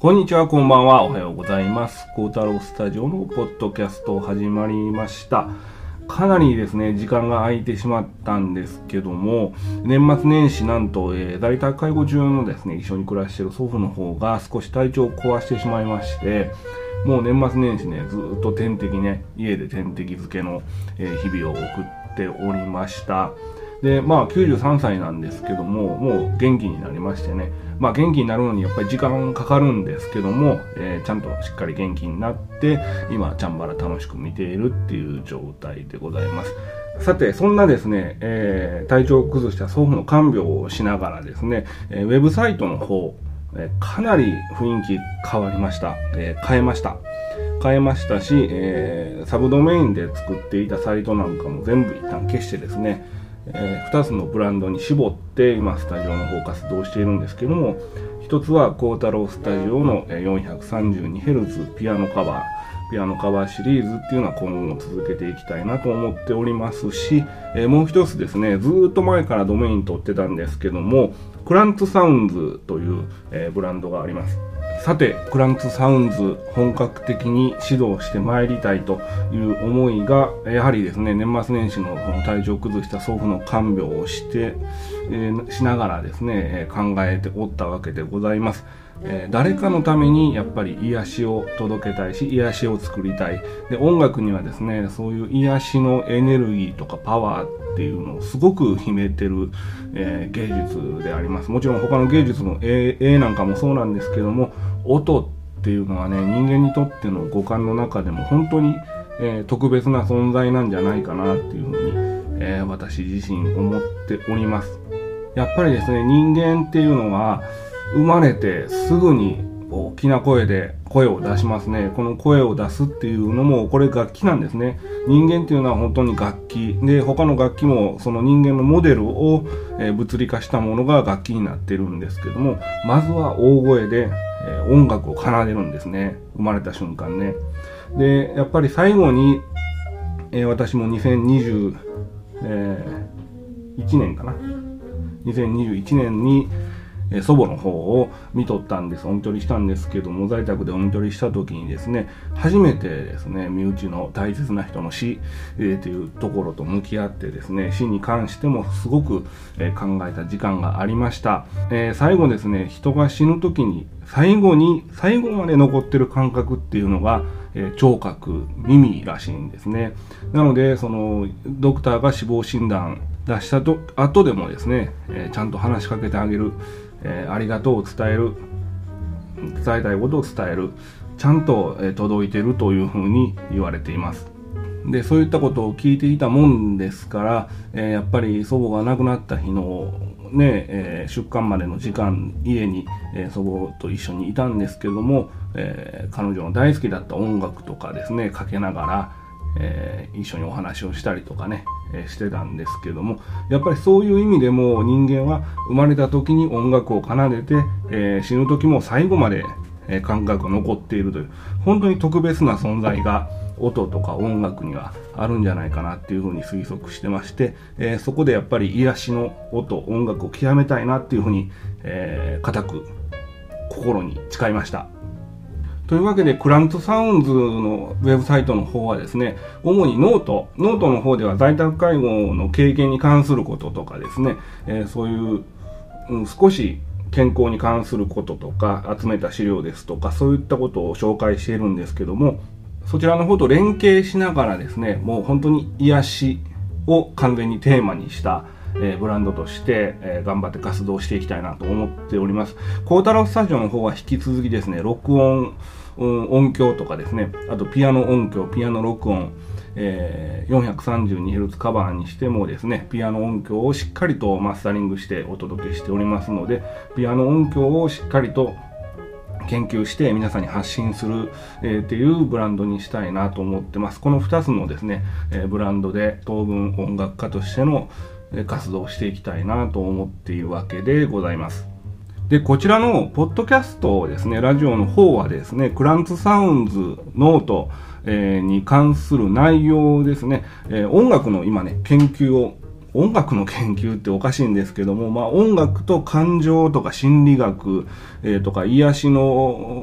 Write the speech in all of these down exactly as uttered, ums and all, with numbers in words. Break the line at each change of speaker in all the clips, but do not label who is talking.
こんにちは、こんばんは。おはようございます。孝太郎スタジオのポッドキャスト始まりました。かなりですね、時間が空いてしまったんですけども、年末年始なんと、えー、在宅介護中のですね、一緒に暮らしている祖父の方が少し体調を壊してしまいまして、もう年末年始ね、ずっと点滴ね、家で点滴漬けの、えー、日々を送っておりました。で、まあきゅうじゅうさんさいなんですけども、もう元気になりましてね、まあ元気になるのにやっぱり時間かかるんですけども、えー、ちゃんとしっかり元気になって、今、チャンバラ楽しく見ているっていう状態でございます。さて、そんなですね、えー、体調を崩した祖父の看病をしながらですね、えー、ウェブサイトの方、えー、かなり雰囲気変わりました。えー、変えました。変えましたし、えー、サブドメインで作っていたサイトなんかも全部一旦消してですね、えー、ふたつのブランドに絞って今スタジオの方活動しているんですけども、一つは孝太郎スタジオの よんひゃくさんじゅうにヘルツ ピアノカバーピアノカバーシリーズっていうのは今後も続けていきたいなと思っておりますし、えー、もう一つですね、ずーっと前からドメイン取ってたんですけども、クランツサウンズという、えー、ブランドがあります。さて、クランツサウンズ本格的に指導してまいりたいという思いがやはりですね、年末年始の体調を崩した祖父の看病をして、えー、しながらですね、考えておったわけでございます。えー、誰かのためにやっぱり癒しを届けたいし、癒しを作りたい。で、音楽にはですね、そういう癒しのエネルギーとかパワーっていうのをすごく秘めてる、えー、芸術であります。もちろん他の芸術の絵、絵なんかもそうなんですけども、音っていうのはね、人間にとっての五感の中でも本当に、えー、特別な存在なんじゃないかなっていうふうに、えー、私自身思っております。やっぱりですね、人間っていうのは生まれてすぐに大きな声で声を出しますね。この声を出すっていうのもこれ楽器なんですね。人間っていうのは本当に楽器で、他の楽器もその人間のモデルを、えー、物理化したものが楽器になってるんですけども、まずは大声で、えー、音楽を奏でるんですね。生まれた瞬間ね。で、やっぱり最後に、えー、私もにせんにじゅういちねんかな。にせんにじゅういちねんにえー、祖母の方を見とったんです。お見取りしたんですけども、在宅でお見取りした時にですね、初めてですね、身内の大切な人の死、えー、というところと向き合ってですね、死に関してもすごく、えー、考えた時間がありました。えー、最後ですね、人が死ぬ時に最後に最後まで残ってる感覚っていうのが、えー、聴覚、耳らしいんですね。なので、そのドクターが死亡診断出したと後でもですね、えー、ちゃんと話しかけてあげる。えー、ありがとうを伝える、伝えたいことを伝える、ちゃんと、えー、届いているというふうに言われています。で、そういったことを聞いていたもんですから、えー、やっぱり祖母が亡くなった日のね、えー、出棺までの時間、家に、えー、祖母と一緒にいたんですけども、えー、彼女の大好きだった音楽とかですね、かけながら、えー、一緒にお話をしたりとかね、えー、してたんですけども、やっぱりそういう意味でも人間は生まれた時に音楽を奏でて、えー、死ぬ時も最後まで、えー、感覚が残っているという、本当に特別な存在が音とか音楽にはあるんじゃないかなっていうふうに推測してまして、えー、そこでやっぱり癒しの音、音楽を極めたいなっていうふうに、えー、固く心に誓いました。というわけで、クランツサウンズのウェブサイトの方はですね、主にノート、ノートの方では在宅介護の経験に関することとかですね、えー、そういう、うん、少し健康に関することとか、集めた資料ですとか、そういったことを紹介しているんですけども、そちらの方と連携しながらですね、もう本当に癒しを完全にテーマにした、えー、ブランドとして、えー、頑張って活動していきたいなと思っております。孝太郎スタジオの方は引き続きですね、録音、うん、音響とかですね、あとピアノ音響、ピアノ録音、えー、よんひゃくさんじゅうにヘルツ カバーにしてもですね、ピアノ音響をしっかりとマスタリングしてお届けしておりますので、ピアノ音響をしっかりと研究して皆さんに発信する、えー、っていうブランドにしたいなと思ってます。このふたつのですね、えー、ブランドで当分音楽家としての活動をしていきたいなと思っているわけでございます。で、こちらのポッドキャストですね、ラジオの方はですね、クランツサウンズノート、えー、に関する内容ですね、えー、音楽の今ね、研究を音楽の研究っておかしいんですけども、まあ、音楽と感情とか心理学、えー、とか癒しの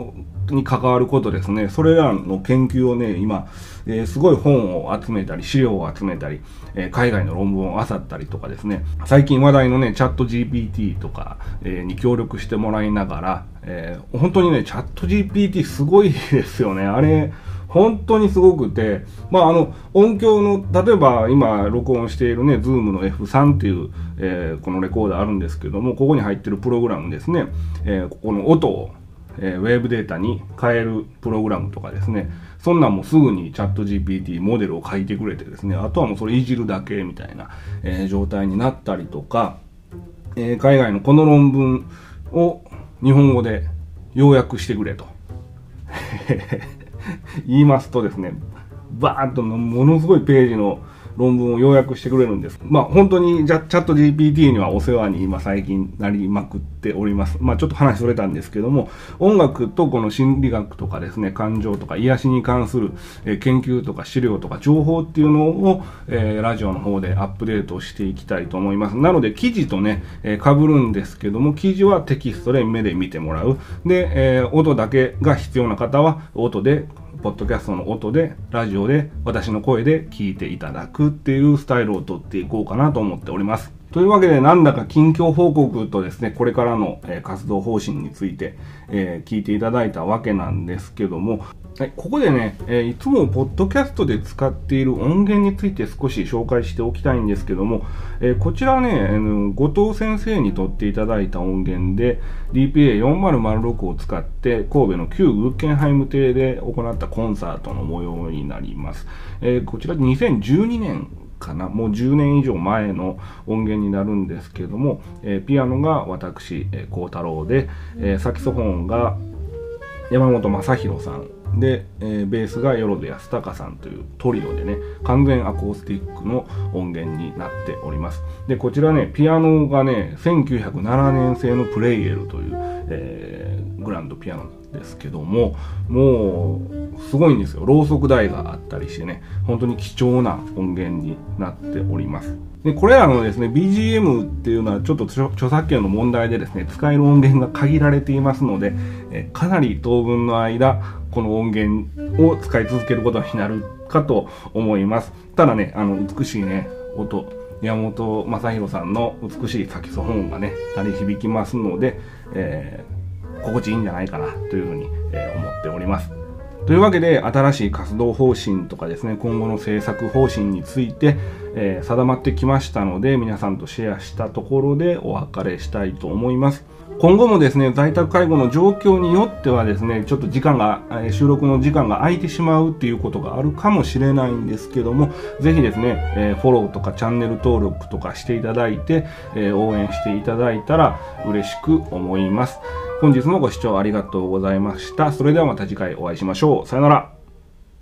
に関わることですね、それらの研究をね、今、えー、すごい本を集めたり、資料を集めたり、えー、海外の論文を漁ったりとかですね、最近話題のね、チャット ジーピーティー とか、えー、に協力してもらいながら、えー、本当にね、チャット ジーピーティー すごいですよね。あれ、本当にすごくて、まあ、あの、音響の、例えば今録音しているね、Zoom の エフスリー っていう、えー、このレコーダーあるんですけども、ここに入ってるプログラムですね、えー、ここの音を、えー、ウェブデータに変えるプログラムとかですね、そんなんもすぐにチャット ジーピーティー モデルを書いてくれてですね、あとはもうそれいじるだけみたいな、えー、状態になったりとか、えー、海外のこの論文を日本語で要約してくれと。言いますとですね、バーッとものすごいページの論文を要約してくれるんです。まあ本当にじゃチャット ジーピーティー にはお世話に今最近なりまくっております。まあちょっと話それたんですけども、音楽とこの心理学とかですね、感情とか癒しに関する、えー、研究とか資料とか情報っていうのを、えー、ラジオの方でアップデートしていきたいと思います。なので記事とね、えー、被るんですけども、記事はテキストで目で見てもらう。で、えー、音だけが必要な方は音でポッドキャストの音で、ラジオで、私の声で聞いていただくっていうスタイルをとっていこうかなと思っております。というわけで、なんだか近況報告とですね、これからの、えー、活動方針について、えー、聞いていただいたわけなんですけども、はい、ここでね、えー、いつもポッドキャストで使っている音源について少し紹介しておきたいんですけども、えー、こちらね、あの後藤先生に撮っていただいた音源で ディーピーエーよんまるまるろく を使って神戸の旧グッケンハイム邸で行ったコンサートの模様になります。えー、こちらにせんじゅうにねんかな、もうじゅうねん以上前の音源になるんですけども、えー、ピアノが私、えー、幸太郎で、えー、サキソフォンが山本正弘さんで、えー、ベースが万安隆さんというトリオでね、完全アコースティックの音源になっております。で、こちらね、ピアノがね、せんきゅうひゃくななねん製のプレイエルという、えー、グランドピアノですけども、もうすごいんですよ。ろうそく台があったりしてね、本当に貴重な音源になっております。で、これらのですね、ビージーエム っていうのはちょっと著作権の問題でですね、使える音源が限られていますので、えかなり当分の間、この音源を使い続けることになるかと思います。ただね、あの、美しいね、音、山本正弘さんの美しいサキソフォンがね、鳴り響きますので、えー、心地いいんじゃないかなというふうに、えー、思っております。というわけで、新しい活動方針とかですね、今後の制作方針について、えー、定まってきましたので、皆さんとシェアしたところでお別れしたいと思います。今後もですね、在宅介護の状況によってはですね、ちょっと時間が、収録の時間が空いてしまうっていうことがあるかもしれないんですけども、ぜひですね、えー、フォローとかチャンネル登録とかしていただいて、えー、応援していただいたら嬉しく思います。本日もご視聴ありがとうございました。それではまた次回お会いしましょう。さよなら。